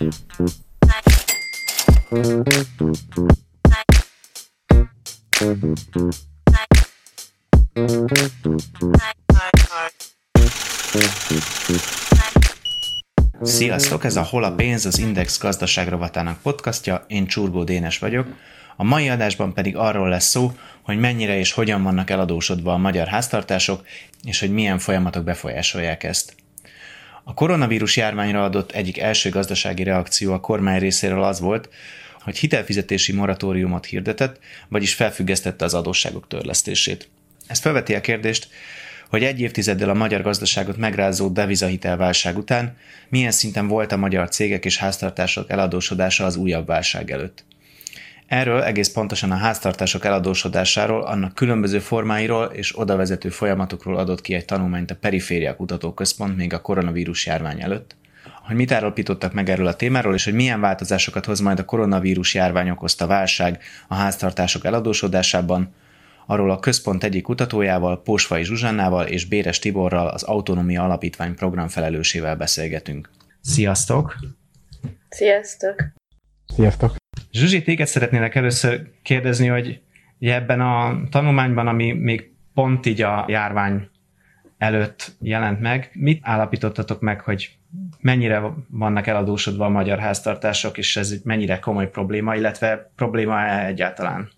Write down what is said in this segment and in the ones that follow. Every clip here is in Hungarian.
Sziasztok, ez a Hol a pénz, az Index gazdaság rovatának podcastja, én Csurbó Dénes vagyok. A mai adásban pedig arról lesz szó, hogy mennyire és hogyan vannak eladósodva a magyar háztartások, és hogy milyen folyamatok befolyásolják ezt. A koronavírus járványra adott egyik első gazdasági reakció a kormány részéről az volt, hogy hitelfizetési moratóriumot hirdetett, vagyis felfüggesztette az adósságok törlesztését. Ez felveti a kérdést, hogy egy évtizeddel a magyar gazdaságot megrázó devizahitelválság után milyen szinten volt a magyar cégek és háztartások eladósodása az újabb válság előtt. Erről, egész pontosan a háztartások eladósodásáról, annak különböző formáiról és odavezető folyamatokról adott ki egy tanulmányt a Periféria Kutatóközpont még a koronavírus járvány előtt. Hogy mit állapítottak meg erről a témáról, és hogy milyen változásokat hoz majd a koronavírus járvány okozta válság a háztartások eladósodásában, arról a központ egyik kutatójával, Pósfai Zsuzsannával és Béres Tiborral, az Autonómia Alapítvány programfelelősével beszélgetünk. Sziasztok! Sziasztok! Sziasztok! Zsuzsi, téged szeretnélek először kérdezni, hogy ebben a tanulmányban, ami még pont így a járvány előtt jelent meg, mit állapítottatok meg, hogy mennyire vannak eladósodva a magyar háztartások, és ez mennyire komoly probléma, illetve probléma egyáltalán?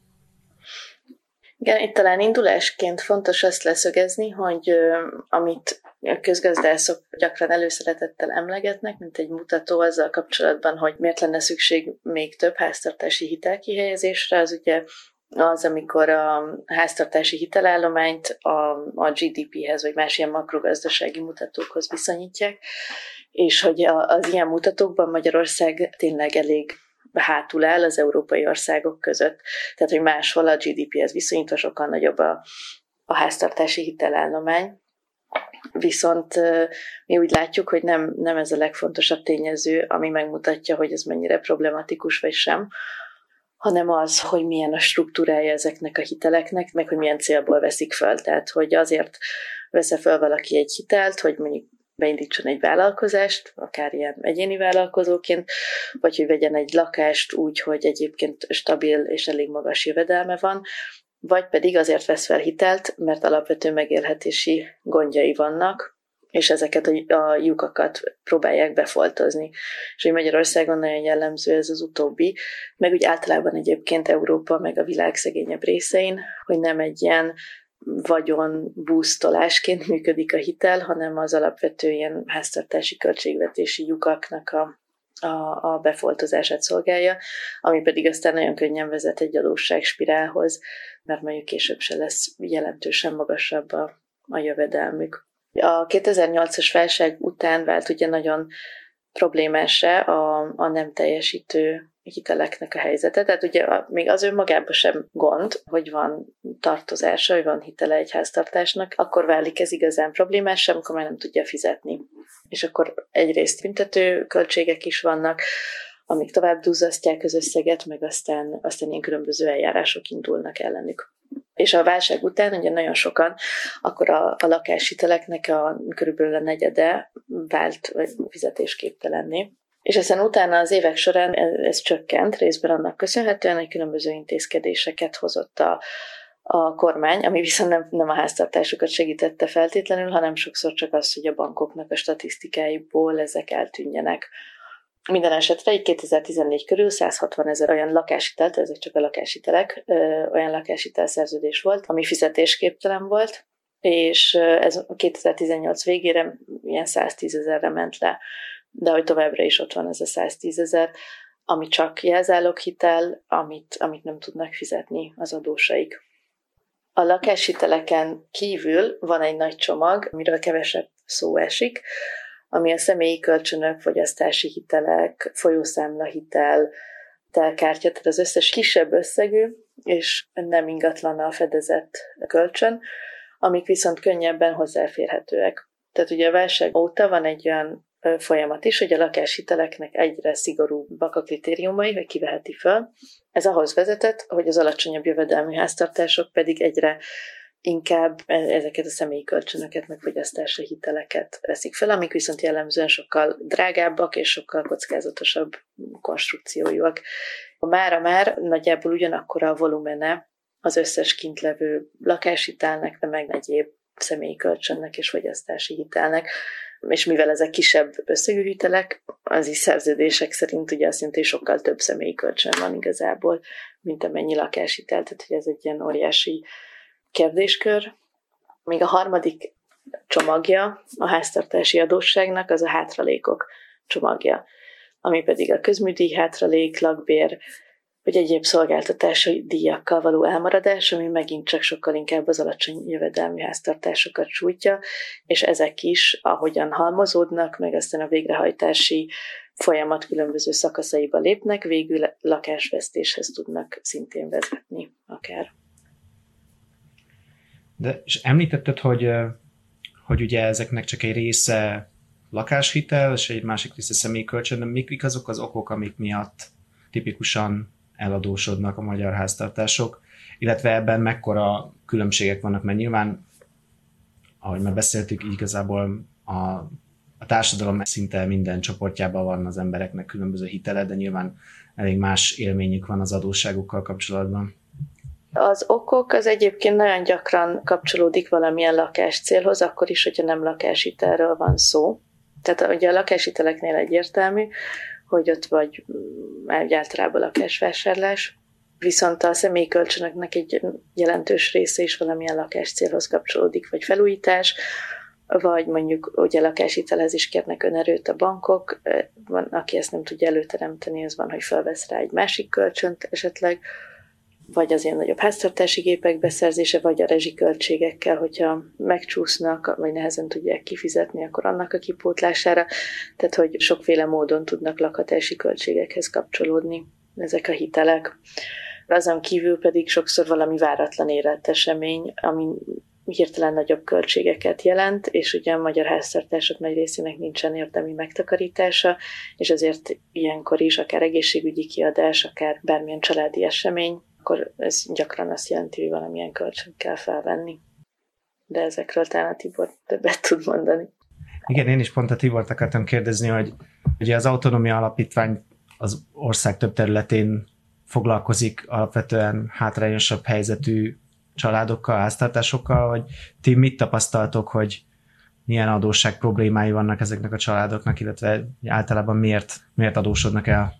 Igen, itt talán indulásként fontos azt leszögezni, hogy amit a közgazdászok gyakran előszeretettel emlegetnek, mint egy mutató azzal kapcsolatban, hogy miért lenne szükség még több háztartási hitelkihelyezésre, az ugye az, amikor a háztartási hitelállományt a GDP-hez, vagy más ilyen makrogazdasági mutatókhoz viszonyítják, és hogy az ilyen mutatókban Magyarország tényleg elég hátul áll az európai országok között. Tehát, hogy máshol a GDP-hez viszonyítva sokkal nagyobb a háztartási hitelállomány. Viszont mi úgy látjuk, hogy nem ez a legfontosabb tényező, ami megmutatja, hogy ez mennyire problematikus vagy sem, hanem az, hogy milyen a struktúrája ezeknek a hiteleknek, meg hogy milyen célból veszik föl. Tehát, hogy azért vesz föl valaki egy hitelt, hogy mondjuk beindítson egy vállalkozást, akár ilyen egyéni vállalkozóként, vagy hogy vegyen egy lakást úgy, hogy egyébként stabil és elég magas jövedelme van, vagy pedig azért vesz fel hitelt, mert alapvető megélhetési gondjai vannak, és ezeket a lyukakat próbálják befoltozni. És hogy Magyarországon nagyon jellemző ez az utóbbi, meg úgy általában egyébként Európa, meg a világ szegényebb részein, hogy nem egy ilyen vagyon búztolásként működik a hitel, hanem az alapvető ilyen háztartási költségvetési lyukaknak a befoltozását szolgálja, ami pedig aztán nagyon könnyen vezet egy adósságspirálhoz, mert mondjuk később se lesz jelentősen magasabb a jövedelmük. A 2008-as válság után vált ugye nagyon problémássá a nem teljesítő hiteleknek a helyzete. Tehát ugye még az önmagában sem gond, hogy van tartozása, hogy van hitele egy háztartásnak, akkor válik ez igazán problémás sem, amikor már nem tudja fizetni. És akkor egyrészt büntető költségek is vannak, amik tovább duzzasztják az összeget, meg aztán ilyen különböző eljárások indulnak ellenük. És a válság után ugye nagyon sokan, akkor a lakáshiteleknek körülbelül a negyede vált fizetésképtelenné. És aztán utána az évek során ez csökkent, részben annak köszönhetően, hogy különböző intézkedéseket hozott a kormány, ami viszont nem a háztartásokat segítette feltétlenül, hanem sokszor csak az, hogy a bankoknak a statisztikáiból ezek eltűnjenek. Minden esetre így 2014 körül 160 000 olyan lakáshitelt, ezek csak a lakáshitelek, olyan lakáshitelszerződés volt, ami fizetésképtelen volt, és ez 2018 végére ilyen 110 000-re ment le. De hogy továbbra is ott van ez a 110 000, ami csak jelzáloghitel, amit nem tudnak fizetni az adósaik. A lakáshiteleken kívül van egy nagy csomag, amiről kevesebb szó esik, ami a személyi kölcsönök, fogyasztási hitelek, folyószámlahitel, telkártya, tehát az összes kisebb összegű, és nem ingatlannal fedezett kölcsön, amik viszont könnyebben hozzáférhetőek. Tehát ugye a válság óta van egy olyan folyamat is, hogy a lakáshiteleknek egyre szigorúbbak a kritériumai, hogy ki veheti föl. Ez ahhoz vezetett, hogy az alacsonyabb jövedelmű háztartások pedig egyre inkább ezeket a személyi kölcsönöket, meg fogyasztási hiteleket veszik fel, amik viszont jellemzően sokkal drágábbak és sokkal kockázatosabb konstrukciójúak. Mára már nagyjából ugyanakkor a volumene az összes kint levő lakáshitelnek, de meg egyéb személyi kölcsönnek és fogyasztási hitelnek, és mivel ezek kisebb összegű hitelek, az is szerződések szerint ugye azt jelenti, hogy sokkal több személyi kölcsön van igazából, mint amennyi lakáshitel, tehát hogy ez egy ilyen óriási kérdéskör. Még a harmadik csomagja a háztartási adósságnak az a hátralékok csomagja, ami pedig a közműdíj hátralék, lakbér, vagy egyéb szolgáltatási díjakkal való elmaradás, ami megint csak sokkal inkább az alacsony jövedelmű háztartásokat sújtja, és ezek is, ahogyan halmozódnak, meg aztán a végrehajtási folyamat különböző szakaszaiba lépnek, végül lakásvesztéshez tudnak szintén vezetni akár. De és említetted, hogy ugye ezeknek csak egy része lakáshitel, és egy másik része személyi kölcsön, de mik azok az okok, amik miatt tipikusan eladósodnak a magyar háztartások, illetve ebben mekkora különbségek vannak, mert nyilván, ahogy már beszéltük, igazából a társadalom szinte minden csoportjában van az embereknek különböző hitele, de nyilván elég más élményük van az adósságukkal kapcsolatban. Az okok az egyébként nagyon gyakran kapcsolódik valamilyen lakáscélhoz, akkor is, hogyha nem lakáshitelről van szó. Tehát ugye a lakáshiteleknél egyértelmű, hogy ott vagy általában lakásvásárlás, viszont a személyi kölcsönöknek egy jelentős része is valamilyen lakáscélhoz kapcsolódik, vagy felújítás, vagy mondjuk ugye lakáshitelhez is kérnek önerőt a bankok, van, aki ezt nem tudja előteremteni, az van, hogy felvesz rá egy másik kölcsönt esetleg, vagy az ilyen nagyobb háztartási gépek beszerzése, vagy a rezsiköltségekkel, hogyha megcsúsznak, vagy nehezen tudják kifizetni, akkor annak a kipótlására. Tehát, hogy sokféle módon tudnak lakhatási költségekhez kapcsolódni ezek a hitelek. Azon kívül pedig sokszor valami váratlan életesemény, ami hirtelen nagyobb költségeket jelent, és ugye a magyar háztartások nagy részének nincsen érdemi megtakarítása, és azért ilyenkor is akár egészségügyi kiadás, akár bármilyen családi esemény, akkor ez gyakran azt jelenti, hogy valamilyen kölcsönt kell felvenni. De ezekről talán a Tibor többet tud mondani. Igen, én is pont a Tibort akartam kérdezni, hogy ugye az Autonómia Alapítvány az ország több területén foglalkozik alapvetően hátrányosabb helyzetű családokkal, háztartásokkal, hogy ti mit tapasztaltok, hogy milyen adósság problémái vannak ezeknek a családoknak, illetve általában miért adósodnak el?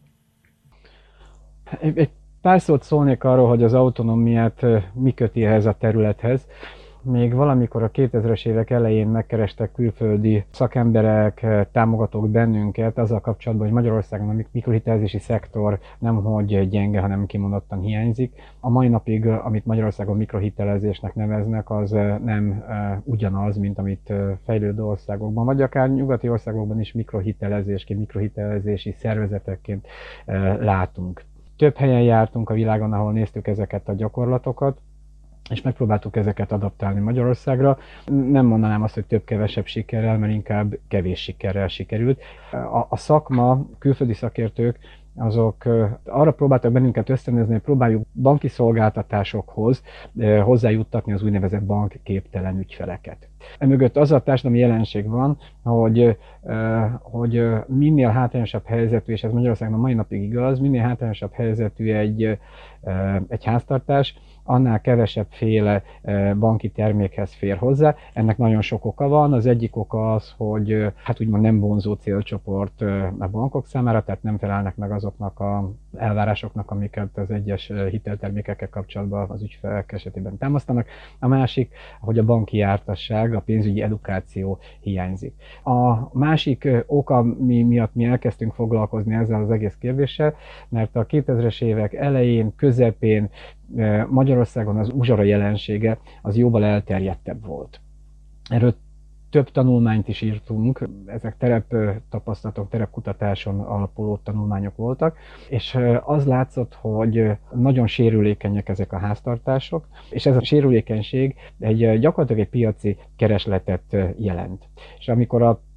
Egy pár szót szólnék arról, hogy az autonómiát mi köti ehhez a területhez. Még valamikor a 2000-es évek elején megkerestek külföldi szakemberek, támogatók bennünket azzal kapcsolatban, hogy Magyarországon a mikrohitelezési szektor nemhogy gyenge, hanem kimondottan hiányzik. A mai napig, amit Magyarországon mikrohitelezésnek neveznek, az nem ugyanaz, mint amit fejlődő országokban, vagy akár nyugati országokban is mikrohitelezésként, mikrohitelezési szervezetekként látunk. Több helyen jártunk a világon, ahol néztük ezeket a gyakorlatokat, és megpróbáltuk ezeket adaptálni Magyarországra. Nem mondanám azt, hogy több-kevesebb sikerrel, mert inkább kevés sikerrel sikerült. A szakma, külföldi szakértők, azok arra próbáltak bennünket ösztönözni, hogy próbáljuk banki szolgáltatásokhoz hozzájuttatni az úgynevezett bankképtelen ügyfeleket. Emögött az a társadalmi jelenség van, hogy minél hátrányosabb helyzetű, és ez Magyarországon a mai napig igaz, minél hátrányosabb helyzetű egy háztartás, annál kevesebb féle banki termékhez fér hozzá. Ennek nagyon sok oka van. Az egyik oka az, hogy hát úgymond nem vonzó célcsoport a bankok számára, tehát nem felelnek meg azoknak az elvárásoknak, amiket az egyes hiteltermékekkel kapcsolatban az ügyfelek esetében támasztanak. A másik, hogy a banki jártasság, a pénzügyi edukáció hiányzik. A másik oka, miatt mi elkezdtünk foglalkozni ezzel az egész kérdéssel, mert a 2000-es évek elején, közepén Magyarországon az uzsora jelensége az jóval elterjedtebb volt. Erről több tanulmányt is írtunk, ezek tereptapasztalatok, terepkutatáson alapuló tanulmányok voltak, és az látszott, hogy nagyon sérülékenyek ezek a háztartások, és ez a sérülékenység gyakorlatilag egy piaci keresletet jelent. És amikor a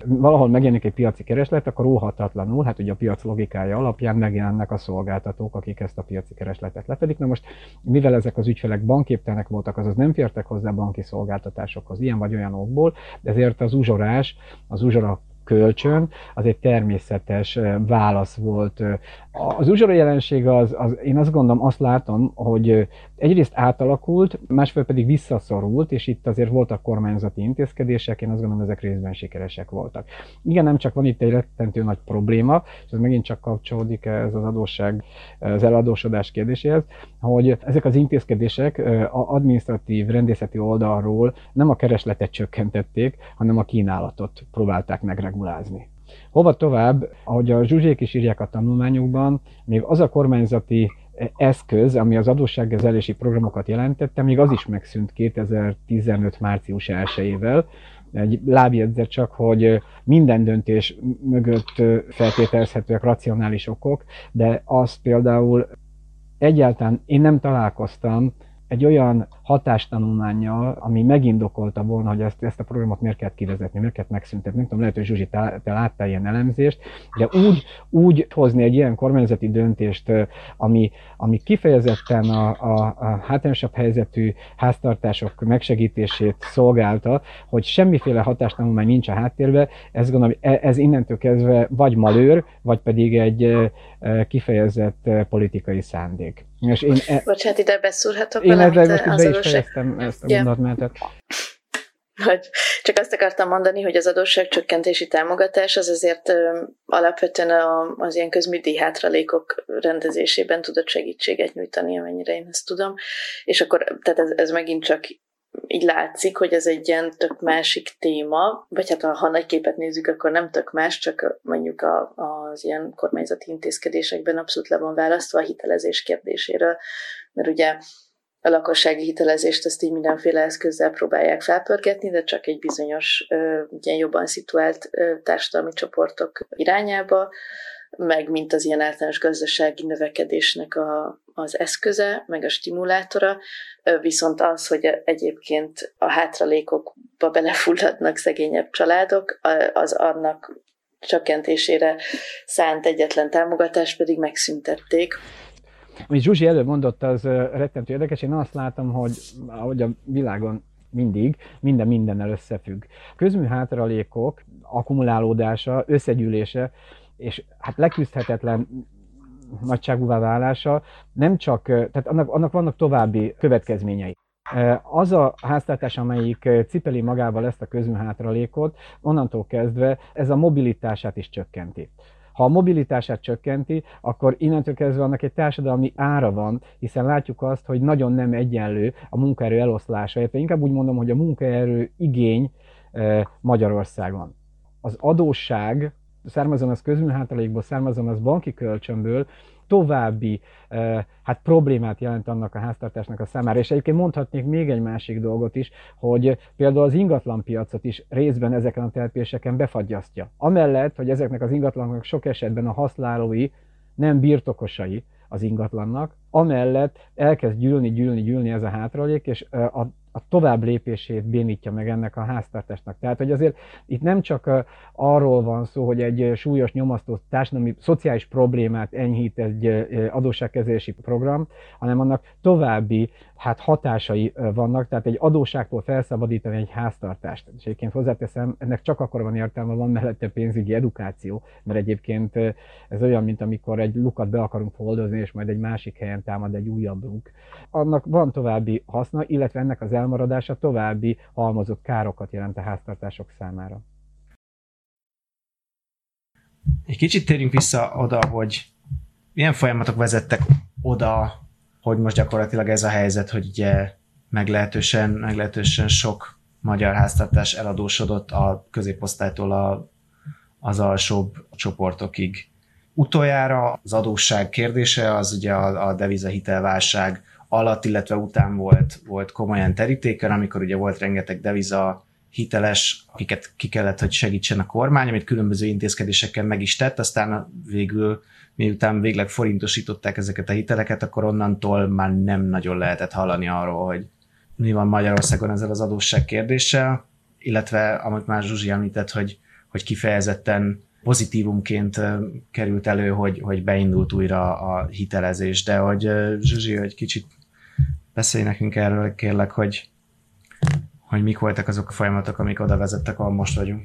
valahol megjelenik egy piaci kereslet, akkor óhatatlanul, hát ugye a piac logikája alapján megjelennek a szolgáltatók, akik ezt a piaci keresletet lefedik. Na most, mivel ezek az ügyfelek bankképtelenek voltak, azaz nem fértek hozzá banki szolgáltatásokhoz, ilyen vagy olyan okból, ezért az uzsora kölcsön, az egy természetes válasz volt. Az uzsora jelenség én azt gondolom, azt látom, hogy egyrészt átalakult, másfél pedig visszaszorult, és itt azért voltak kormányzati intézkedések, én azt gondolom, ezek részben sikeresek voltak. Igen, nem csak van itt egy rettentő nagy probléma, és ez megint csak kapcsolódik ez az adósság, az eladósodás kérdéséhez, hogy ezek az intézkedések az adminisztratív, rendészeti oldalról nem a keresletet csökkentették, hanem a kínálatot próbálták megregulázni. Hova tovább, ahogy a Zsuzsék is írják a tanulmányukban, még az a kormányzati eszköz, ami az adósságkezelési programokat jelentette, még az is megszűnt 2015. március 1-ével. Egy lábjegyzet csak, hogy minden döntés mögött feltételezhetőek racionális okok, de azt például egyáltalán én nem találkoztam egy olyan hatástanulmánnyal, ami megindokolta volna, hogy ezt a programot miért kellett kivezetni, miért kellett megszüntetni. Nem tudom, lehet, hogy Zsuzsi, te láttál ilyen elemzést, de úgy hozni egy ilyen kormányzati döntést, ami kifejezetten a hátrányosabb helyzetű háztartások megsegítését szolgálta, hogy semmiféle hatástanulmány nincs a háttérben, ezt gondolom, ez innentől kezdve vagy malőr, vagy pedig egy kifejezett politikai szándék. Bocsánat, ide beszúrhatok valamit? Én be is fejeztem ezt a mondatmenetet. Csak azt akartam mondani, hogy az adósságcsökkentési támogatás az azért alapvetően az ilyen közműdíj hátralékok rendezésében tudott segítséget nyújtani, amennyire én ezt tudom. És akkor tehát ez megint csak így látszik, hogy ez egy ilyen tök másik téma, vagy hát ha nagy képet nézzük, akkor nem tök más, csak mondjuk az ilyen kormányzati intézkedésekben abszolút le van választva a hitelezés kérdéséről, mert ugye a lakossági hitelezést ezt így mindenféle eszközzel próbálják felpörgetni, de csak egy bizonyos ilyen jobban szituált társadalmi csoportok irányába, meg mint az ilyen általános gazdasági növekedésnek az eszköze, meg a stimulátora, viszont az, hogy egyébként a hátralékokba belefulladnak szegényebb családok, az annak csökkentésére szánt egyetlen támogatást pedig megszüntették. Amit Zsuzsi előbb mondott, az rettentő érdekes. Én azt látom, hogy ahogy a világon mindig, minden mindennel összefügg. Közmű hátralékok akkumulálódása, összegyűlése, és hát leküzdhetetlen nagyságúvá válása nem csak, tehát annak vannak további következményei. Az a háztartás, amelyik cipeli magával ezt a közműhátralékot, onnantól kezdve ez a mobilitását is csökkenti. Ha a mobilitását csökkenti, akkor innentől kezdve annak egy társadalmi ára van, hiszen látjuk azt, hogy nagyon nem egyenlő a munkaerő eloszlása, illetve inkább úgy mondom, hogy a munkaerő igény Magyarországon. Az adósság, származon az közműhátralékból, származon az banki kölcsönből, további problémát jelent annak a háztartásnak a számára. És egyébként mondhatnék még egy másik dolgot is, hogy például az ingatlanpiacot is részben ezeken a településeken befagyasztja. Amellett, hogy ezeknek az ingatlanoknak sok esetben a használói nem birtokosai az ingatlannak, amellett elkezd gyűlni ez a hátralék, és a tovább lépését bénítja meg ennek a háztartásnak. Tehát, hogy azért itt nem csak arról van szó, hogy egy súlyos nyomasztó társadalmi, szociális problémát enyhít egy adósságkezelési program, hanem annak további hatásai vannak, tehát egy adósságtól felszabadítani egy háztartást. És egyébként hozzáteszem, ennek csak akkor van értelme, van mellette pénzügyi edukáció, mert egyébként ez olyan, mint amikor egy lukat be akarunk foldozni, és majd egy másik helyen támad egy újabb luk. Annak van további haszna, illetve ennek az elmaradása további halmozott károkat jelent a háztartások számára. Egy kicsit térjünk vissza oda, hogy milyen folyamatok vezettek oda, hogy most gyakorlatilag ez a helyzet, hogy ugye meglehetősen sok magyar háztartás eladósodott a középosztálytól az alsóbb csoportokig. Utoljára az adósság kérdése az ugye a devizahitelválság alatt, illetve után volt komolyan terítéken, amikor ugye volt rengeteg deviza hiteles, akiket ki kellett, hogy segítsen a kormány, amit különböző intézkedésekkel meg is tett, aztán végül, miután végleg forintosították ezeket a hiteleket, akkor onnantól már nem nagyon lehetett hallani arról, hogy mi van Magyarországon ezzel az adósság kérdéssel, illetve amit már Zsuzsi említett, hogy hogy kifejezetten pozitívumként került elő, hogy beindult újra a hitelezés, de hogy Zsuzsi, hogy kicsit beszélj nekünk erről, kérlek, hogy mik voltak azok a folyamatok, amik oda vezettek, ahol most vagyunk.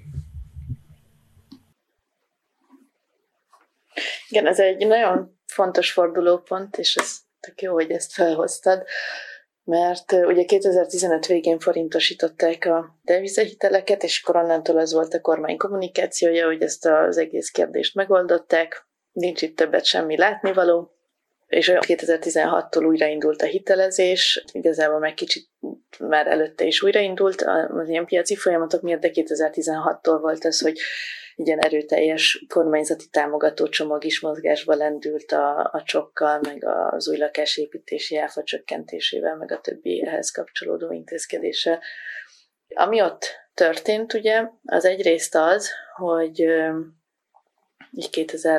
Igen, ez egy nagyon fontos fordulópont, és ez tök jó, hogy ezt felhoztad, mert ugye 2015 végén forintosították a devizahiteleket, és akkor onnantól az volt a kormány kommunikációja, hogy ezt az egész kérdést megoldották, nincs itt többet semmi látnivaló, és 2016-tól újraindult a hitelezés, igazából meg kicsit már előtte is újraindult az ilyen piaci folyamatok miatt, de 2016-tól volt az, hogy ilyen erőteljes kormányzati támogató csomag is mozgásba lendült a csokkal, meg az új lakásépítési áfa csökkentésével, meg a többi ehhez kapcsolódó intézkedéssel. Ami ott történt, ugye, az egyrészt az, hogy így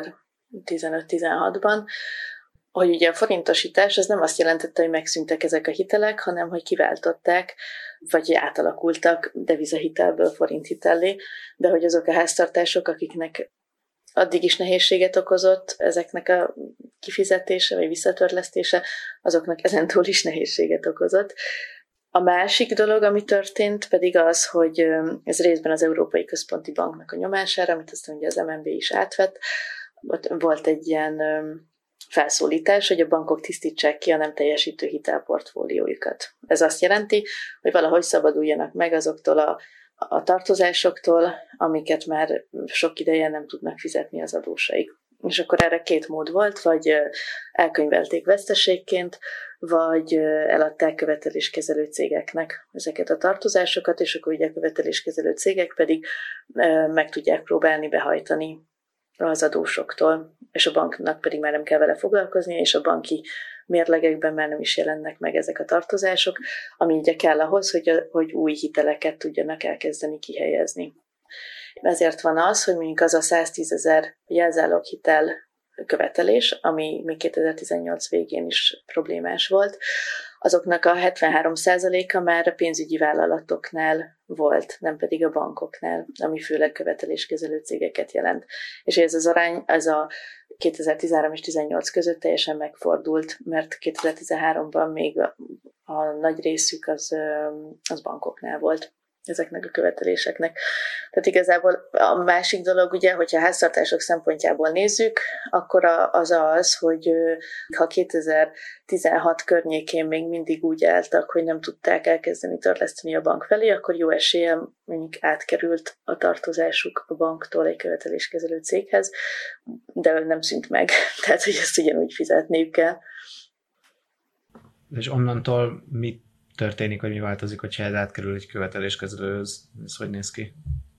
2015-16-ban, hogy ugye a forintosítás az nem azt jelentette, hogy megszűntek ezek a hitelek, hanem hogy kiváltották, vagy átalakultak devizahitelből forinthitellé, de hogy azok a háztartások, akiknek addig is nehézséget okozott ezeknek a kifizetése vagy visszatörlesztése, azoknak ezentúl is nehézséget okozott. A másik dolog, ami történt, pedig az, hogy ez részben az Európai Központi Banknak a nyomására, amit aztán ugye az MNB is átvett, volt egy ilyen felszólítás, hogy a bankok tisztítsák ki a nem teljesítő hitelportfóliójukat. Ez azt jelenti, hogy valahogy szabaduljanak meg azoktól a tartozásoktól, amiket már sok ideje nem tudnak fizetni az adósaik. És akkor erre két mód volt, vagy elkönyvelték veszteségként, vagy eladták követeléskezelő cégeknek ezeket a tartozásokat, és akkor ugye a követeléskezelő cégek pedig meg tudják próbálni behajtani az adósoktól, és a banknak pedig már nem kell vele foglalkozni, és a banki mérlegekben már nem is jelennek meg ezek a tartozások, ami ugye kell ahhoz, hogy új hiteleket tudjanak elkezdeni kihelyezni. Ezért van az, hogy mondjuk az a 110 000 jelzáloghitel követelés, ami még 2018 végén is problémás volt, azoknak a 73%-a már a pénzügyi vállalatoknál volt, nem pedig a bankoknál, ami főleg követeléskezelő cégeket jelent. És ez az arány, ez a 2013 és 2018 között teljesen megfordult, mert 2013-ban még a nagy részük az bankoknál volt ezeknek a követeléseknek. Tehát igazából a másik dolog, ugye, hogyha a háztartások szempontjából nézzük, akkor az, hogy ha 2016 környékén még mindig úgy álltak, hogy nem tudták elkezdeni törleszteni a bank felé, akkor jó eséllyel mondjuk átkerült a tartozásuk a banktól egy követeléskezelő céghez, de nem szűnt meg. Tehát, hogy ezt ugyanúgy fizetniük kell. És onnantól mit történik, hogy mi változik, hogyha ez átkerül egy követeléskezelőhöz? Ez hogy néz ki?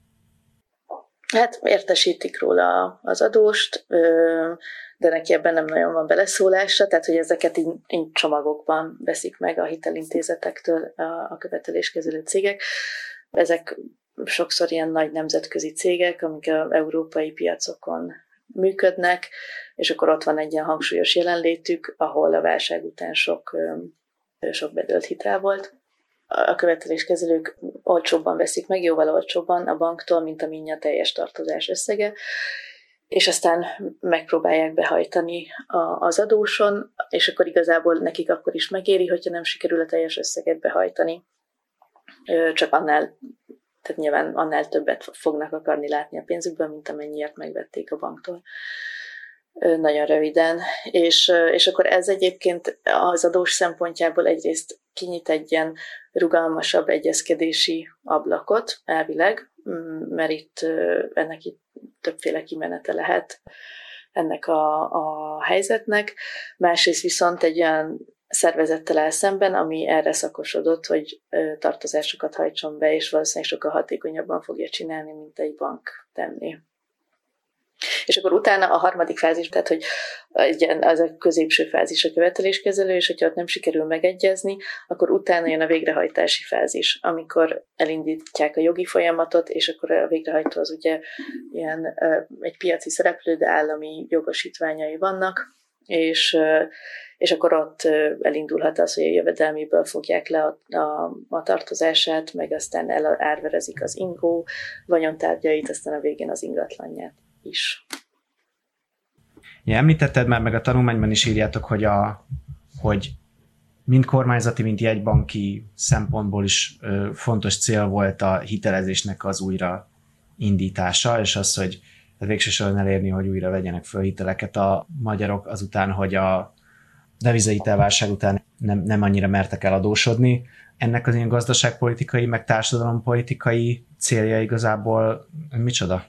Hát értesítik róla az adóst, de neki ebben nem nagyon van beleszólása, tehát hogy ezeket így csomagokban veszik meg a hitelintézetektől a követeléskezelő cégek. Ezek sokszor ilyen nagy nemzetközi cégek, amik az európai piacokon működnek, és akkor ott van egy ilyen hangsúlyos jelenlétük, ahol a válság után sok bedölt hitel volt. A követeléskezelők olcsóbban veszik meg, jóval olcsóbban a banktól, mint amennyi a teljes tartozás összege, és aztán megpróbálják behajtani az adóson, és akkor igazából nekik akkor is megéri, hogyha nem sikerül a teljes összeget behajtani. Csak annál, tehát nyilván annál többet fognak akarni látni a pénzükből, mint amennyiért megvették a banktól. Nagyon röviden, és akkor ez egyébként az adós szempontjából egyrészt kinyit egy ilyen rugalmasabb egyezkedési ablakot elvileg, mert ennek itt többféle kimenete lehet ennek a helyzetnek. Másrészt viszont egy olyan szervezettel áll szemben, ami erre szakosodott, hogy tartozásokat hajtson be, és valószínűleg sokkal hatékonyabban fogja csinálni, mint egy bank tenni. És akkor utána a harmadik fázis, tehát hogy az a középső fázis a követeléskezelő, és hogyha ott nem sikerül megegyezni, akkor utána jön a végrehajtási fázis, amikor elindítják a jogi folyamatot, és akkor a végrehajtó az ugye egy piaci szereplő, de állami jogosítványai vannak, és és akkor ott elindulhat az, hogy a jövedelméből fogják le a tartozását, meg aztán árverezik az ingó vagyontárgyait, aztán a végén az ingatlanját is. Ja, említetted már, meg a tanulmányban is írjátok, hogy mind kormányzati, mind jegybanki szempontból is fontos cél volt a hitelezésnek az újraindítása, és az, hogy végső soron elérni, hogy újra vegyenek föl hiteleket a magyarok azután, hogy a devizahitelválság után nem annyira mertek eladósodni. Ennek az ilyen gazdaságpolitikai, meg társadalompolitikai célja igazából micsoda?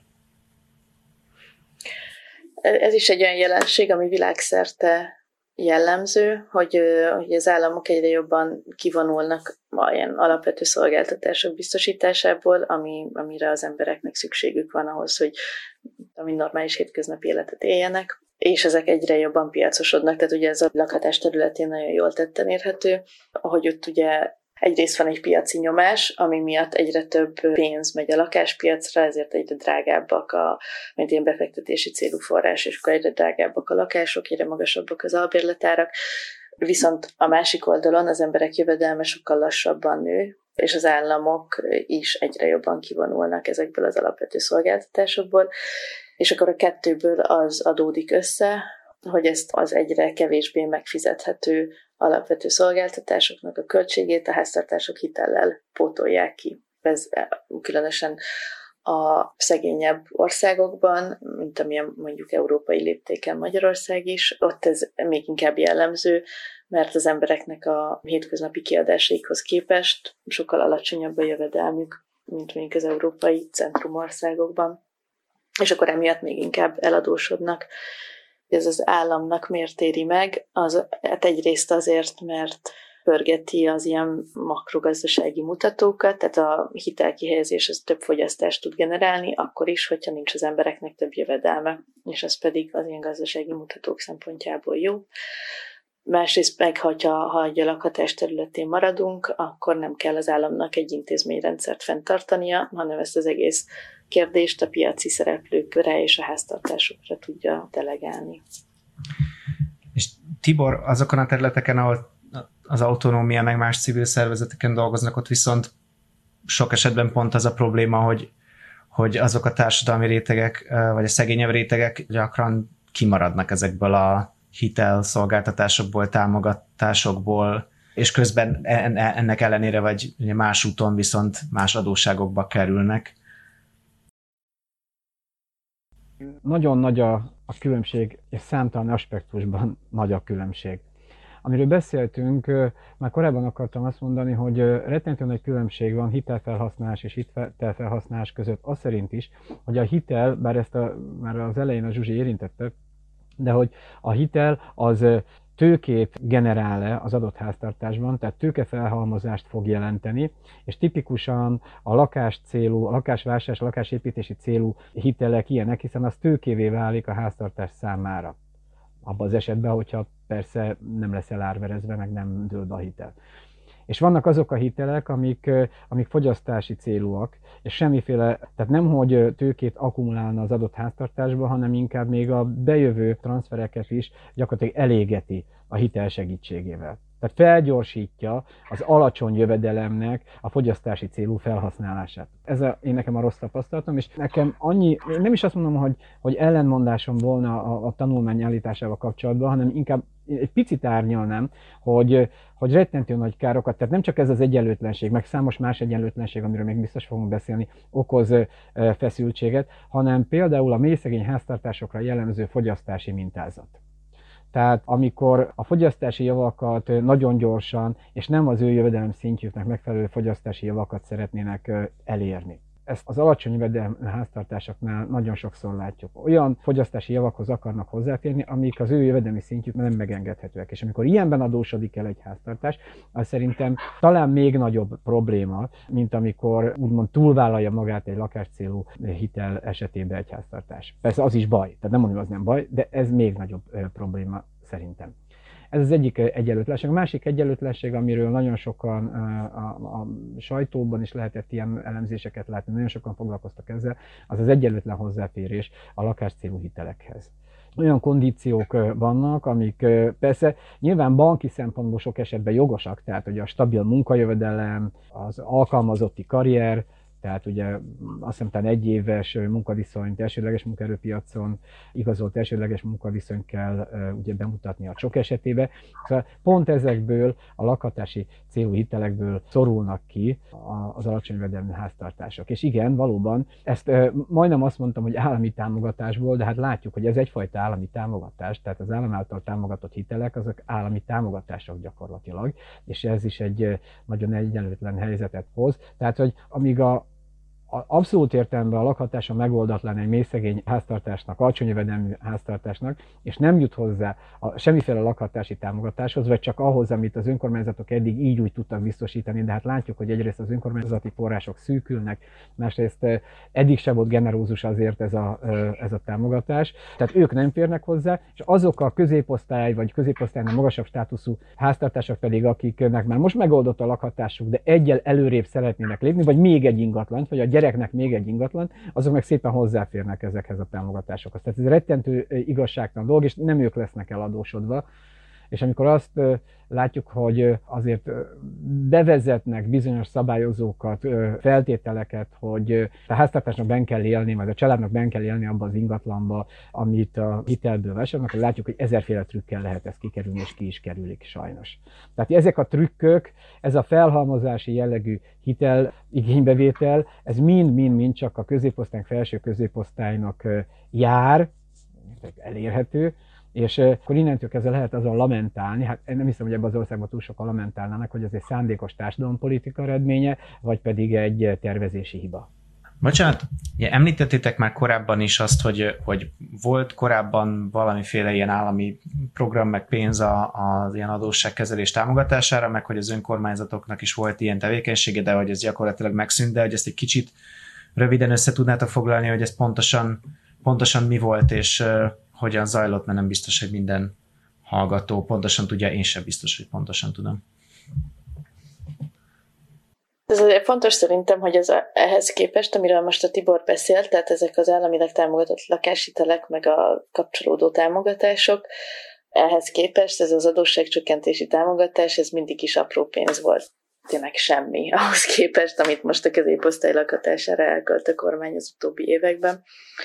Ez is egy olyan jelenség, ami világszerte jellemző, hogy az államok egyre jobban kivonulnak ilyen alapvető szolgáltatások biztosításából, amire az embereknek szükségük van ahhoz, hogy ami normális hétköznapi életet éljenek, és ezek egyre jobban piacosodnak, tehát ugye ez a lakhatás területén nagyon jól tetten érhető, ahogy ott ugye egyrészt van egy piaci nyomás, ami miatt egyre több pénz megy a lakáspiacra, ezért egyre drágábbak mint ilyen befektetési célú forrás, és akkor egyre drágábbak a lakások, egyre magasabbak az albérletárak. Viszont a másik oldalon az emberek jövedelme sokkal lassabban nő, és az államok is egyre jobban kivonulnak ezekből az alapvető szolgáltatásokból, és akkor a kettőből az adódik össze, hogy ezt az egyre kevésbé megfizethető alapvető szolgáltatásoknak a költségét a háztartások hitellel pótolják ki. Ez különösen a szegényebb országokban, mint amilyen mondjuk európai léptéken Magyarország is, ott ez még inkább jellemző, mert az embereknek a hétköznapi kiadásaikhoz képest sokkal alacsonyabb a jövedelmük, mint mondjuk az európai centrumországokban. És akkor emiatt még inkább eladósodnak. Ez az államnak miért éri meg? Hát egyrészt azért, mert pörgeti az ilyen makrogazdasági mutatókat, tehát a hitelkihelyezés az több fogyasztást tud generálni, akkor is, hogyha nincs az embereknek több jövedelme, és ez pedig az ilyen gazdasági mutatók szempontjából jó. Másrészt meg, ha a lakhatás területén maradunk, akkor nem kell az államnak egy intézményrendszert fenntartania, hanem ezt az egész kérdést a piaci szereplőkre és a háztartásokra tudja delegálni. És Tibor, azokon a területeken, ahol az autonómia meg más civil szervezeteken dolgoznak, ott viszont sok esetben pont az a probléma, hogy azok a társadalmi rétegek, vagy a szegényebb rétegek gyakran kimaradnak ezekből a hitelszolgáltatásokból, támogatásokból, és közben ennek ellenére vagy más úton viszont más adósságokba kerülnek. Nagyon nagy a különbség, és számtalan aspektusban nagy a különbség. Amiről beszéltünk, már korábban akartam azt mondani, hogy rettentő nagy különbség van hitelfelhasználás és hitelfelhasználás között az szerint is, hogy a hitel, bár ezt már az elején a Zsuzsi érintette, de hogy a hitel az tőkét generál-e az adott háztartásban, tehát tőkefelhalmozást fog jelenteni, és tipikusan a lakásvásárlás, lakásépítési célú hitelek ilyenek, hiszen az tőkévé válik a háztartás számára. Abban az esetben, hogyha persze nem lesz elárverezve, meg nem dől be a hitel. És vannak azok a hitelek, amik fogyasztási célúak, és semmiféle, tehát nem hogy tőkét akkumulálna az adott háztartásba, hanem inkább még a bejövő transfereket is gyakorlatilag elégeti a hitel segítségével. Tehát felgyorsítja az alacsony jövedelemnek a fogyasztási célú felhasználását. Én nekem a rossz tapasztalatom, és nekem nem is azt mondom, hogy ellentmondásom volna a tanulmány állításával kapcsolatban, hanem inkább egy picit árnyalnám, hogy rettentő nagy károkat, tehát nem csak ez az egyenlőtlenség, meg számos más egyenlőtlenség, amiről még biztos fogunk beszélni, okoz feszültséget, hanem például a mélyszegény háztartásokra jellemző fogyasztási mintázat. Tehát amikor a fogyasztási javakat nagyon gyorsan, és nem az ő jövedelem szintjüknek megfelelő fogyasztási javakat szeretnének elérni. Ezt az alacsony jövedelmi háztartásoknál nagyon sokszor látjuk. Olyan fogyasztási javakhoz akarnak hozzátérni, amik az ő jövedelmi szintjük nem megengedhetőek. És amikor ilyenben adósodik el egy háztartás, az szerintem talán még nagyobb probléma, mint amikor úgymond túlvállalja magát egy lakáscélú hitel esetében egy háztartás. Persze az is baj, tehát nem mondom, hogy az nem baj, de ez még nagyobb probléma szerintem. Ez az egyik egyenlőtlenség. A másik egyenlőtlenség, amiről nagyon sokan a sajtóban is lehetett ilyen elemzéseket látni, nagyon sokan foglalkoztak ezzel, az az egyenlőtlen hozzáférés a lakáscélú hitelekhez. olyan kondíciók vannak, amik persze nyilván banki szempontból sok esetben jogosak, tehát ugye a stabil munkajövedelem, az alkalmazotti karrier, tehát ugye azt hiszem talán 1 éves munkaviszonyt elsődleges munkaerőpiacon, igazolt elsődleges munkaviszonyt kell ugye bemutatni a sok esetében. Szóval pont ezekből a lakhatási célú hitelekből szorulnak ki az alacsony jövedelmű háztartások. És igen, valóban, ezt majdnem azt mondtam, hogy állami támogatásból, de hát látjuk, hogy ez egyfajta állami támogatás, tehát az állam által támogatott hitelek, azok állami támogatások gyakorlatilag, és ez is egy nagyon egyenlőtlen helyzetet hoz. Tehát, hogy amíg abszolút értelemben a lakhatása megoldatlan egy mélyszegény háztartásnak, alacsony jövedelmű háztartásnak, és nem jut hozzá semmiféle lakhatási támogatáshoz, vagy csak ahhoz, amit az önkormányzatok eddig így úgy tudtak biztosítani, de hát látjuk, hogy egyrészt az önkormányzati források szűkülnek, másrészt eddig sem volt generózus azért ez a támogatás, tehát ők nem férnek hozzá, és azok a középosztály, vagy középosztálynál magasabb státuszú háztartások pedig, akiknek már most megoldott a lakhatásuk, de egyel előrébb szeretnének lépni, vagy még egy ingatlant, vagy a gyereknek még egy ingatlan, azok meg szépen hozzáférnek ezekhez a támogatásokhoz. Tehát ez rettentő igazságtalan dolog, és nem ők lesznek eladósodva. És amikor azt látjuk, hogy azért bevezetnek bizonyos szabályozókat, feltételeket, hogy a háztartásnak benn kell élni, vagy a családnak benn kell élni abban az ingatlanba, amit a hitelből vásárolnak, akkor látjuk, hogy ezerféle trükkel lehet ezt kikerülni, és ki is kerülik sajnos. Tehát ezek a trükkök, ez a felhalmozási jellegű hitel igénybevétel, ez mind csak a középosztály, felső középosztálynak jár, elérhető, és akkor innentől kezdve lehet azon lamentálni, hát én nem hiszem, hogy ebben az országban túl sokan lamentálnának, hogy ez egy szándékos társadalompolitika eredménye, vagy pedig egy tervezési hiba. Bocsánat, említettétek már korábban is azt, hogy volt korábban valamiféle ilyen állami program, meg pénz az ilyen adósságkezelés támogatására, meg hogy az önkormányzatoknak is volt ilyen tevékenysége, de hogy ez gyakorlatilag megszűnt, de hogy ezt egy kicsit röviden össze tudnátok foglalni, hogy ez pontosan mi volt, és hogyan zajlott, mert nem biztos, hogy minden hallgató pontosan tudja, én sem biztos, hogy pontosan tudom. Ez azért fontos szerintem, hogy ehhez képest, amiről most a Tibor beszélt, tehát ezek az államilag támogatott lakáshitelek, meg a kapcsolódó támogatások, ehhez képest ez az adósságcsökkentési támogatás, ez mindig is apró pénz volt. Tényleg semmi ahhoz képest, amit most a középosztály lakhatására elkölt a kormány az utóbbi években.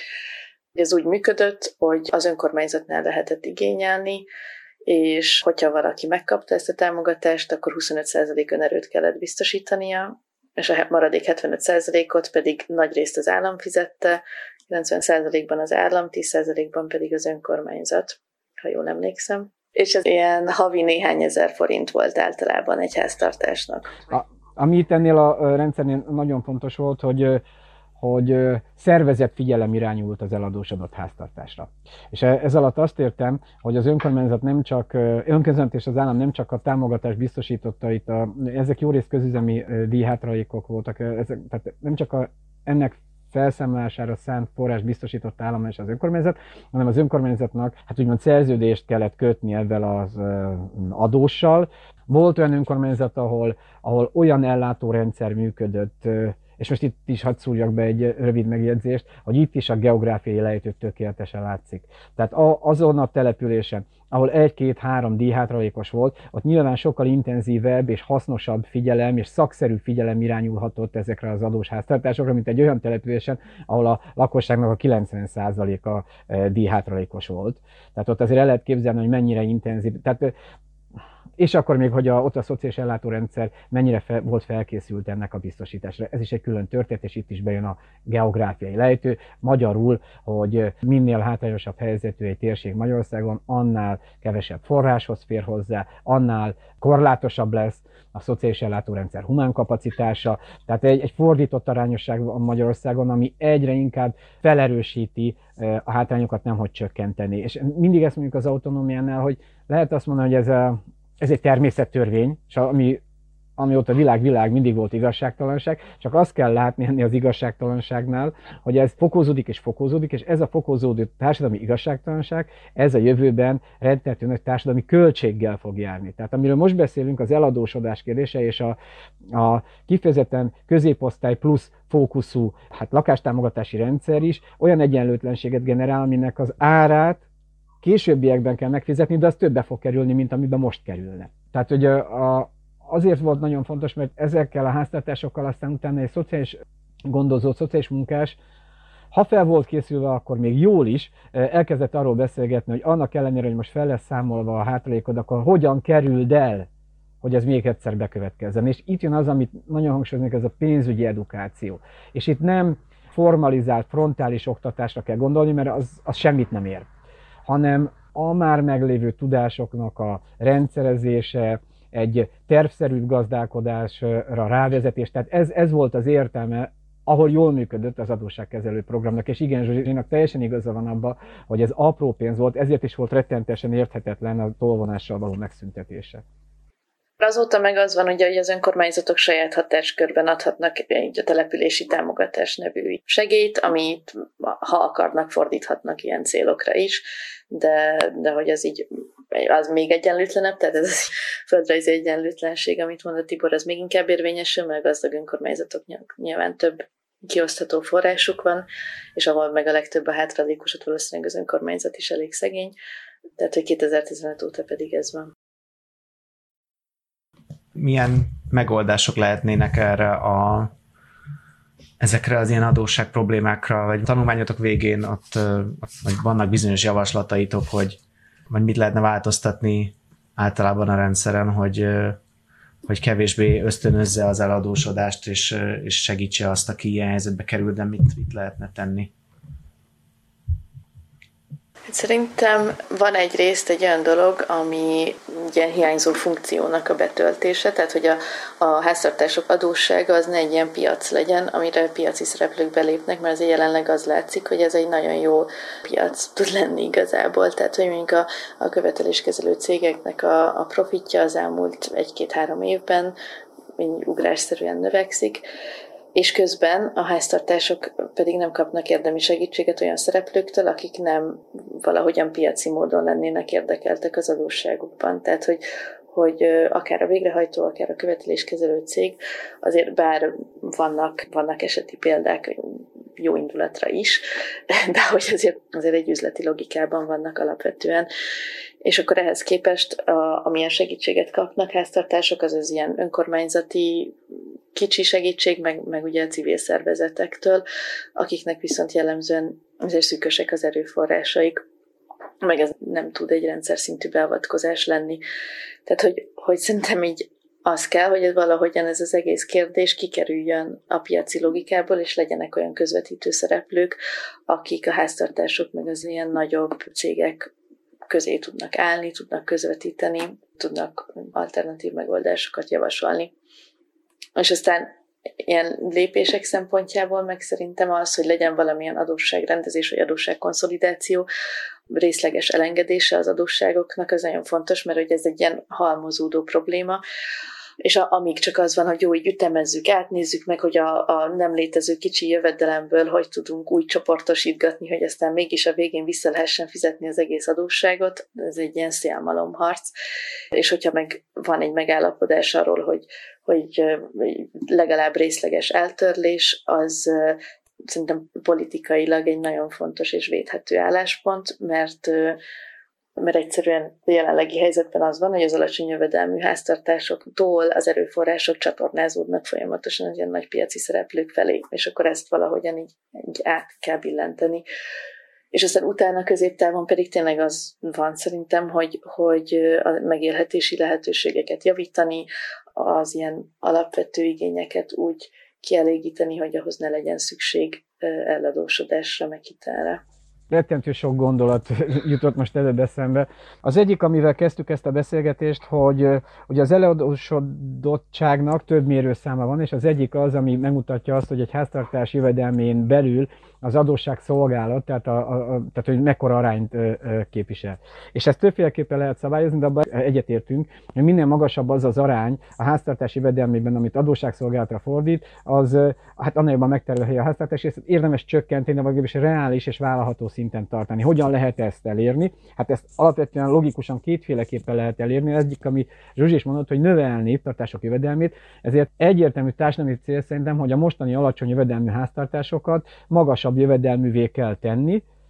Ez úgy működött, hogy az önkormányzatnál lehetett igényelni, és hogyha valaki megkapta ezt a támogatást, akkor 25% önerőt kellett biztosítania, és a maradék 75%-ot pedig nagyrészt az állam fizette, 90%-ban az állam, 10%-ban pedig az önkormányzat, ha jól emlékszem. És ez ilyen havi néhány ezer forint volt általában egy háztartásnak. Ami itt ennél a rendszernél nagyon fontos volt, hogy szervezett figyelem irányult az eladósodott háztartásra. És ez alatt azt értem, hogy az önkormányzat és az állam nem csak a támogatást biztosította itt, ezek jó részt közüzemi díjhátralékok voltak, tehát nem csak ennek felszámolására szánt forrás biztosított állam és az önkormányzat, hanem az önkormányzatnak hát úgymond szerződést kellett kötni ezzel az adóssal. Volt olyan önkormányzat, ahol olyan ellátórendszer működött, és most itt is hadd szúrjak be egy rövid megjegyzést, hogy itt is a geográfiai lejtő tökéletesen látszik. Tehát azon a településen, ahol 1-2-3 díjhátralékos volt, ott nyilván sokkal intenzívebb és hasznosabb figyelem és szakszerű figyelem irányulhatott ezekre az adós háztartásokra, mint egy olyan településen, ahol a lakosságnak a 90%-a díjhátralékos volt. Tehát ott azért el lehet képzelni, hogy mennyire intenzív. Tehát, és akkor még, hogy ott a szociális ellátórendszer mennyire volt felkészült ennek a biztosításra. Ez is egy külön történet, és itt is bejön a geográfiai lejtő. Magyarul, hogy minél hátrányosabb helyzetű egy térség Magyarországon, annál kevesebb forráshoz fér hozzá, annál korlátosabb lesz a szociális ellátórendszer humán kapacitása. Tehát egy fordított arányosság van Magyarországon, ami egyre inkább felerősíti a hátrányokat, nemhogy csökkenteni. És mindig ezt mondjuk az autonómiánál, hogy lehet azt mondani, hogy ez egy természettörvény, és amióta világ mindig volt igazságtalanság, csak azt kell látni ennél az igazságtalanságnál, hogy ez fokozódik, és ez a fokozódó társadalmi igazságtalanság, ez a jövőben rendkívül nagy társadalmi költséggel fog járni. Tehát amiről most beszélünk, az eladósodás kérdése, és a kifejezetten középosztály plusz fókuszú lakástámogatási rendszer is olyan egyenlőtlenséget generál, aminek az árát későbbiekben kell megfizetni, de az többe fog kerülni, mint amiben most kerülne. Tehát, hogy azért volt nagyon fontos, mert ezekkel a háztartásokkal aztán utána egy szociális gondozó, szociális munkás, ha fel volt készülve, akkor még jól is elkezdett arról beszélgetni, hogy annak ellenére, hogy most fel lesz számolva a hátralékod, akkor hogyan kerüld el, hogy ez még egyszer bekövetkezzen. És itt jön az, amit nagyon hangsúlyoznék, ez a pénzügyi edukáció. És itt nem formalizált, frontális oktatásra kell gondolni, mert az semmit nem ér, hanem a már meglévő tudásoknak a rendszerezése, egy tervszerű gazdálkodásra rávezetés. Tehát ez volt az értelme, ahol jól működött az adósságkezelő programnak, és igen, Zsuzsinak teljesen igaza van abban, hogy ez apró pénz volt, ezért is volt rettentesen érthetetlen a tolvonással való megszüntetése. Azóta meg az van, ugye, hogy az önkormányzatok saját hatáskörben adhatnak egy a települési támogatás nevű segélyt, amit ha akarnak, fordíthatnak ilyen célokra is, de hogy az így, az még egyenlőtlenebb, tehát ez a földrajzi egyenlőtlenség, amit mondott Tibor, az még inkább érvényesül, mert gazdag önkormányzatoknak nyilván több kiosztható forrásuk van, és ahol meg a legtöbb a hátralékos, ott valószínűleg az önkormányzat is elég szegény, tehát hogy 2015 óta pedig ez van. Milyen megoldások lehetnének ezekre az ilyen adósság problémákra, vagy tanulmányotok végén ott vagy vannak bizonyos javaslataitok, vagy mit lehetne változtatni általában a rendszeren, hogy kevésbé ösztönözze az eladósodást, és segítse azt, aki ilyen helyzetbe kerül, de mit lehetne tenni? Szerintem van egyrészt egy olyan dolog, ami ilyen hiányzó funkciónak a betöltése, tehát hogy a háztartások adóssága az ne egy ilyen piac legyen, amire piaci szereplők belépnek, mert azért jelenleg az látszik, hogy ez egy nagyon jó piac tud lenni igazából, tehát hogy mondjuk a követeléskezelő cégeknek a profitja az elmúlt 1-2-3 évben ugrásszerűen növekszik, és közben a háztartások pedig nem kapnak érdemi segítséget olyan szereplőktől, akik nem valahogyan piaci módon lennének érdekeltek az adósságukban. Tehát, hogy akár a végrehajtó, akár a követeléskezelő cég, azért bár vannak eseti példák jó indulatra is, de hogy azért egy üzleti logikában vannak alapvetően. És akkor ehhez képest, amilyen segítséget kapnak háztartások, az ilyen önkormányzati kicsi segítség, meg ugye a civil szervezetektől, akiknek viszont jellemzően azért szűkösek az erőforrásaik, meg ez nem tud egy rendszer szintű beavatkozás lenni. Tehát, hogy szerintem így az kell, hogy valahogyan ez az egész kérdés kikerüljön a piaci logikából, és legyenek olyan közvetítő szereplők, akik a háztartások meg az ilyen nagyobb cégek közé tudnak állni, tudnak közvetíteni, tudnak alternatív megoldásokat javasolni. És aztán ilyen lépések szempontjából meg szerintem az, hogy legyen valamilyen adósságrendezés vagy adósságkonszolidáció, részleges elengedése az adósságoknak, az nagyon fontos, mert hogy ez egy ilyen halmozódó probléma, és amíg csak az van, hogy jó, így ütemezzük, átnézzük meg, hogy a nem létező kicsi jövedelemből hogy tudunk úgy csoportosítgatni, hogy aztán mégis a végén vissza lehessen fizetni az egész adósságot, ez egy ilyen szélmalomharc, és hogyha meg van egy megállapodás arról, hogy legalább részleges eltörlés, az szerintem politikailag egy nagyon fontos és védhető álláspont, mert egyszerűen a jelenlegi helyzetben az van, hogy az alacsony jövedelmű háztartásoktól az erőforrások csatornázódnak folyamatosan az ilyen nagy piaci szereplők felé, és akkor ezt valahogyan így át kell billenteni. És aztán utána középtávon pedig tényleg az van szerintem, hogy a megélhetési lehetőségeket javítani, az ilyen alapvető igényeket úgy kielégíteni, hogy ahhoz ne legyen szükség eladósodásra, meg hitelre. Rettentő sok gondolat jutott most előbb eszembe. Az egyik, amivel kezdtük ezt a beszélgetést, hogy ugye az eladósodottságnak több mérőszáma van, és az egyik az, ami megmutatja azt, hogy egy háztartás jövedelmén belül az adósságszolgálat, tehát hogy mekkora arányt képvisel. És ezt többféleképpen lehet szabályozni, de abban egyetértünk, hogy minél magasabb az az arány a háztartás jövedelmében, amit adósságszolgálatra fordít, az hát annál jobban megterhelje a háztartás, és érdemes csökkenteni, vagy is reális és vállalható szinten tartani. Hogyan lehet ezt elérni? Hát ezt alapvetően logikusan kétféleképpen lehet elérni. Az egyik, ami Zsuzsi is mondott, hogy növelni tartások jövedelmét, ezért egyértelmű társadalmi cél szerintem, hogy a mostani alacsony jövedelmű háztartásokat magasabb jövedelművé kell tenni.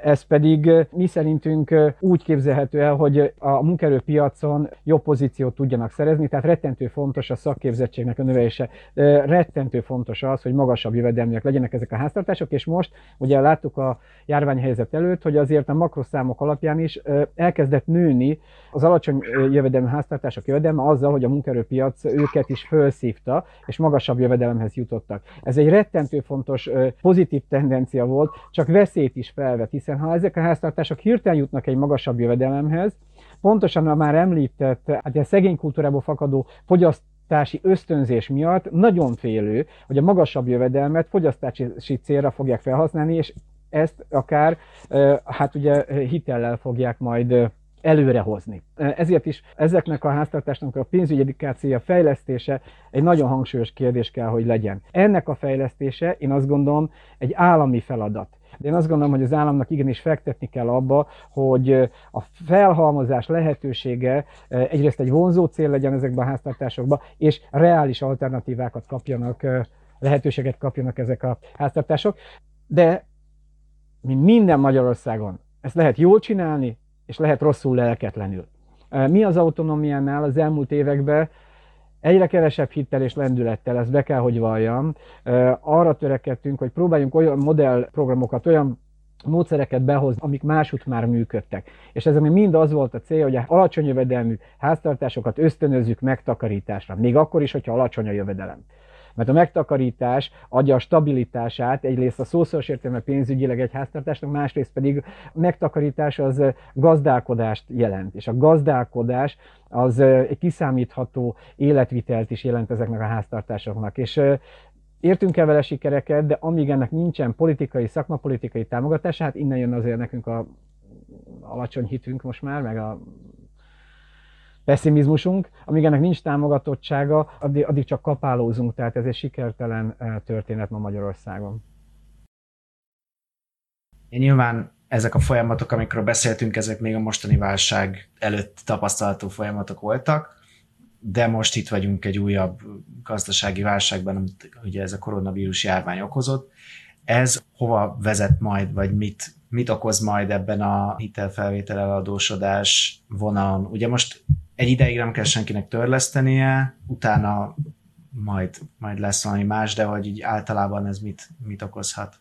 Ez pedig mi szerintünk úgy képzelhető el, hogy a munkaerőpiacon jobb pozíciót tudjanak szerezni, tehát rettentő fontos a szakképzettségnek a növelése. Rettentő fontos az, hogy magasabb jövedelműek legyenek ezek a háztartások, és most ugye láttuk a járványhelyzet előtt, hogy azért a makroszámok alapján is elkezdett nőni az alacsony jövedelmű háztartások jövedelme azzal, hogy a munkaerőpiac őket is felszívta, és magasabb jövedelemhez jutottak. Ez egy rettentő fontos pozitív tendencia volt, csak veszélyt is felvet, hiszen ha ezek a háztartások hirtelen jutnak egy magasabb jövedelemhez, pontosan a már említett, hát a szegény kultúrából fakadó fogyasztási ösztönzés miatt nagyon félő, hogy a magasabb jövedelmet fogyasztási célra fogják felhasználni, és ezt akár hát ugye hitellel fogják majd előrehozni. Ezért is ezeknek a háztartásnak a pénzügyi edukációja, fejlesztése egy nagyon hangsúlyos kérdés kell, hogy legyen. Ennek a fejlesztése, én azt gondolom, egy állami feladat. De én azt gondolom, hogy az államnak igenis fektetni kell abba, hogy a felhalmozás lehetősége egyrészt egy vonzó cél legyen ezekben a háztartásokban, és reális alternatívákat kapjanak, lehetőséget kapjanak ezek a háztartások. De mint minden Magyarországon, ezt lehet jól csinálni, és lehet rosszul lelketlenül. Mi az autonómiánál az elmúlt években egyre kevesebb hittel és lendülettel, ezt be kell, hogy valljam, arra törekedtünk, hogy próbáljunk olyan modellprogramokat, olyan módszereket behozni, amik másút már működtek. És ezen mind az volt a cél, hogy alacsony jövedelmű háztartásokat ösztönözzük megtakarításra, még akkor is, hogyha alacsony a jövedelem. Mert a megtakarítás adja a stabilitását, egyrészt a szószoros értelemben pénzügyileg egy háztartásnak, másrészt pedig a megtakarítás az gazdálkodást jelent. És a gazdálkodás az egy kiszámítható életvitelt is jelent ezeknek a háztartásoknak. És értünk el vele sikereket, de amíg ennek nincsen politikai, szakmapolitikai támogatása, hát innen jön azért nekünk a alacsony hitünk most már, meg a pessimizmusunk, amíg ennek nincs támogatottsága, addig csak kapálózunk, tehát ez egy sikertelen történet ma Magyarországon. Nyilván ezek a folyamatok, amikről beszéltünk, ezek még a mostani válság előtt tapasztalható folyamatok voltak, de most itt vagyunk egy újabb gazdasági válságban, amit ugye ez a koronavírus járvány okozott. Ez hova vezet majd, vagy mit okoz majd ebben a hitelfelvétel eladósodás vonalon? Ugye most egy ideig nem kell senkinek törlesztenie, utána majd lesz valami más, de hogy így általában ez mit okozhat?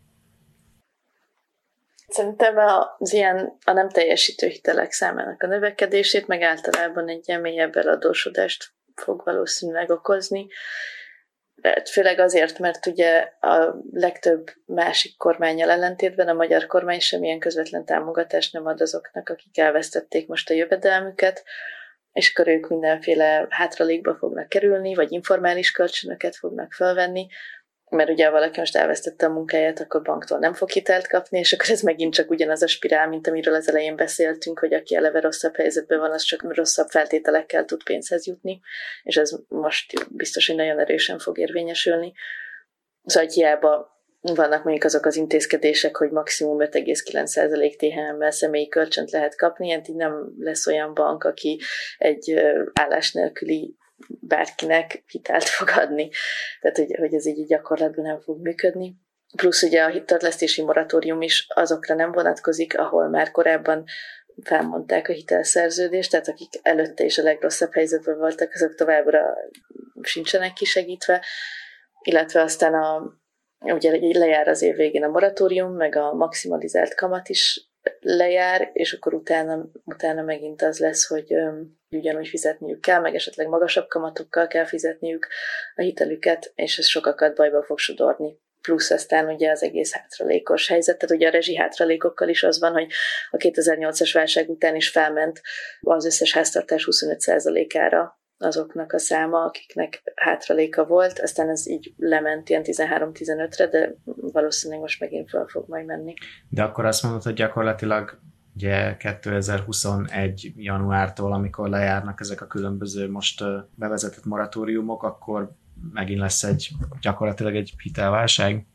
Szerintem az ilyen a nem teljesítő hitelek számának a növekedését, meg általában egy ilyen mélyebb eladósodást fog valószínűleg okozni. Főleg azért, mert ugye a legtöbb másik kormánnyal ellentétben a magyar kormány semmilyen közvetlen támogatást nem ad azoknak, akik elvesztették most a jövedelmüket, és akkor ők mindenféle hátralékba fognak kerülni, vagy informális kölcsönöket fognak felvenni, mert ugye ha valaki most elvesztette a munkáját, akkor banktól nem fog hitelt kapni, és akkor ez megint csak ugyanaz a spirál, mint amiről az elején beszéltünk, hogy aki eleve rosszabb helyzetben van, az csak rosszabb feltételekkel tud pénzhez jutni, és ez most biztos, hogy nagyon erősen fog érvényesülni. Szóval hiába vannak mondjuk azok az intézkedések, hogy maximum 5,9% THM-mel személyi kölcsönt lehet kapni, hát így nem lesz olyan bank, aki egy állás nélküli bárkinek hitelt fog adni. Tehát, hogy ez így gyakorlatban nem fog működni. Plusz ugye a törlesztési moratórium is azokra nem vonatkozik, ahol már korábban felmondták a hitelszerződést, tehát akik előtte is a legrosszabb helyzetben voltak, azok továbbra sincsenek kisegítve, illetve aztán ugye lejár az év végén a moratórium, meg a maximalizált kamat is lejár, és akkor utána megint az lesz, hogy ugyanúgy fizetniük kell, meg esetleg magasabb kamatokkal kell fizetniük a hitelüket, és ez sokakat bajba fog sodorni. Plusz aztán ugye az egész hátralékos helyzet, tehát ugye a rezsi hátralékokkal is az van, hogy a 2008-as válság után is felment az összes háztartás 25%-ára azoknak a száma, akiknek hátraléka volt, aztán ez így lement ilyen 13-15-re, de valószínűleg most megint fel fog majd menni. De akkor azt mondod, hogy gyakorlatilag ugye 2021. januártól, amikor lejárnak ezek a különböző most bevezetett moratóriumok, akkor megint lesz gyakorlatilag egy hitelválság?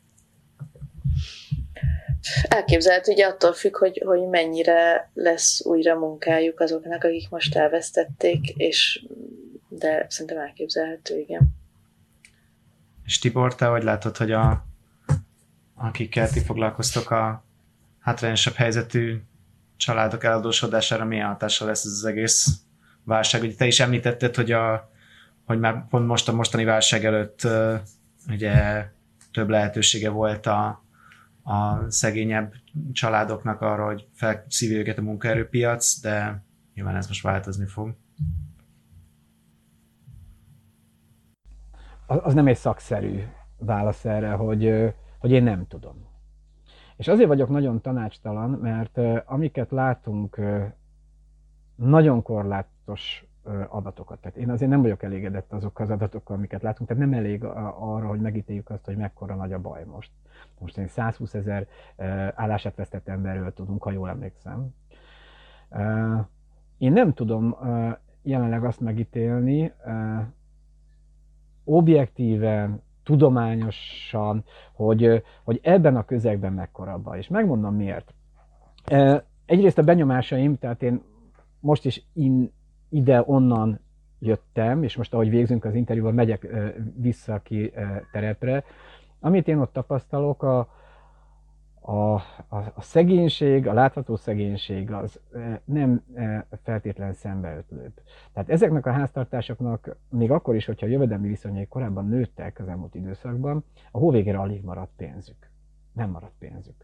Elképzelhető, ugye attól függ, hogy mennyire lesz újra munkájuk azoknak, akik most elvesztették, de szerintem elképzelhető, igen. És Tibor, te hogy látod, hogy akikkel ti foglalkoztok a hátrányosabb helyzetű családok eladósodására milyen hatással lesz ez az egész válság. Ugye te is említetted, hogy már pont most a mostani válság előtt ugye több lehetősége volt a szegényebb családoknak arra, hogy felszívja őket a munkaerőpiac, de nyilván ez most változni fog. Az nem egy szakszerű válasz erre, hogy én nem tudom. És azért vagyok nagyon tanácstalan, mert amiket látunk, nagyon korlátos adatokat. Tehát én azért nem vagyok elégedett azokkal az adatokkal, amiket látunk, tehát nem elég arra, hogy megítéljük azt, hogy mekkora nagy a baj most. Most én 120 000 állását vesztett emberről tudunk, ha jól emlékszem. Én nem tudom jelenleg azt megítélni, objektíven, tudományosan, hogy ebben a közegben mekkora baj. És megmondom miért. Egyrészt a benyomásaim, tehát én most is ide-onnan jöttem, és most ahogy végzünk az interjúval, megyek vissza ki terepre. Amit én ott tapasztalok, a szegénység, a látható szegénység az nem feltétlen szembeötlőbb. Tehát ezeknek a háztartásoknak, még akkor is, hogyha a jövedelmi viszonyai korábban nőttek az elmúlt időszakban, a hó végére alig maradt pénzük. Nem maradt pénzük.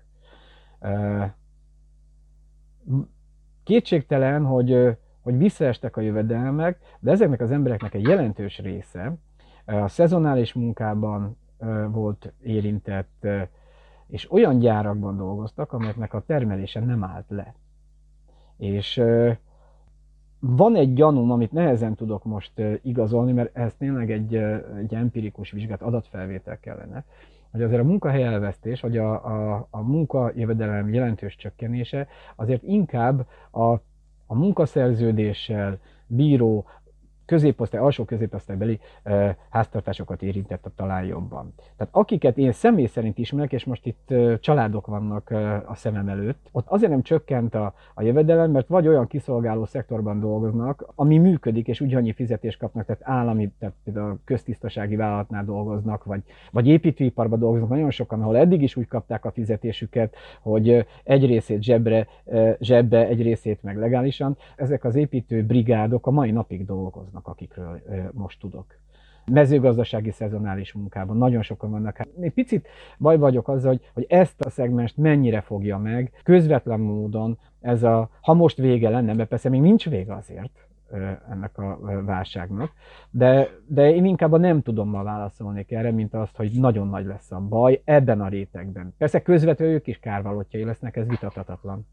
Kétségtelen, hogy visszaestek a jövedelmek, de ezeknek az embereknek egy jelentős része a szezonális munkában volt érintett, és olyan gyárakban dolgoztak, amelyeknek a termelése nem állt le. És van egy gyanúm, amit nehezen tudok most igazolni, mert ez tényleg egy empirikus vizsgát, adatfelvétel kellene, hogy azért a munkahely elvesztés, vagy a munkajövedelem jelentős csökkenése azért inkább a munkaszerződéssel bíró, középosztály, alsó középosztálybeli háztartásokat érintett talán jobban. Tehát akiket én személy szerint ismerek, és most itt családok vannak a szemem előtt, ott azért nem csökkent a jövedelem, mert vagy olyan kiszolgáló szektorban dolgoznak, ami működik, és ugyanannyi fizetést kapnak, tehát állami, tehát például a köztisztasági vállalatnál dolgoznak, vagy építőiparban dolgoznak, nagyon sokan, ahol eddig is úgy kapták a fizetésüket, hogy egy részét zsebbe, egy részét meg legálisan. Ezek az építőbrigádok a mai napig dolgoznak, akikről most tudok. Mezőgazdasági szezonális munkában nagyon sokan vannak. Hát egy picit baj vagyok azzal, hogy ezt a szegmest mennyire fogja meg közvetlen módon ha most vége lenne, mert persze még nincs vége azért ennek a válságnak, de én inkább nem tudommal válaszolnék erre, mint azt, hogy nagyon nagy lesz a baj ebben a rétegben. Persze közvetlenül ők is kárvalótjai lesznek, ez vitathatatlan.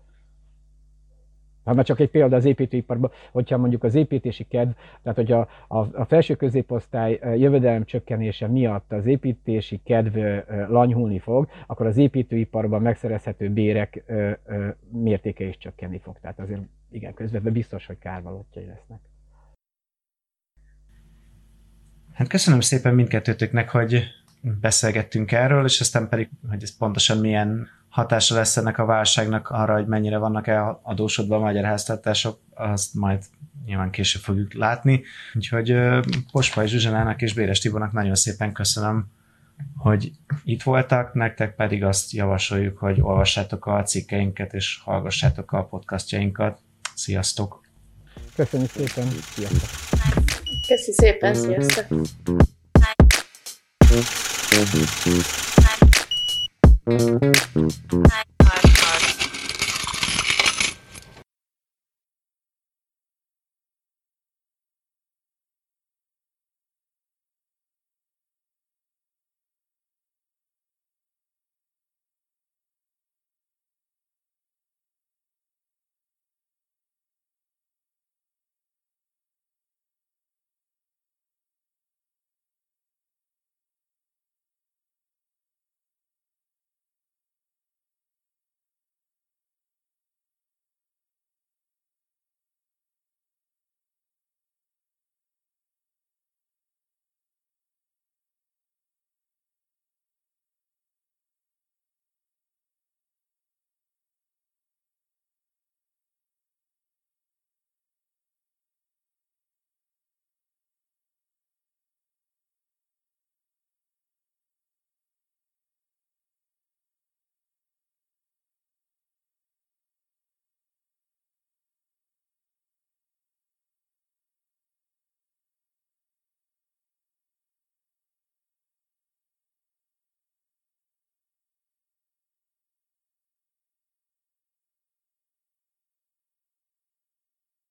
Már csak egy példa az építőiparban, hogyha mondjuk az építési kedv, tehát hogyha a felső középosztály jövedelem csökkenése miatt az építési kedv lanyhulni fog, akkor az építőiparban megszerezhető bérek mértéke is csökkenni fog. Tehát azért igen, közvetlenül biztos, hogy kárvalótjai lesznek. Hát köszönöm szépen mindkettőtöknek, hogy beszélgettünk erről, és aztán pedig, hogy ez pontosan milyen hatása lesz ennek a válságnak arra, hogy mennyire vannak eladósodva a magyar háztartások, azt majd nyilván később fogjuk látni. Úgyhogy Pospai Zsuzsánának és Béres Tibornak nagyon szépen köszönöm, hogy itt voltak, nektek pedig azt javasoljuk, hogy olvassátok a cikkeinket és hallgassátok a podcastjainkat. Sziasztok! Köszönjük szépen! Sziasztok! Köszi szépen! Sziasztok! Hi.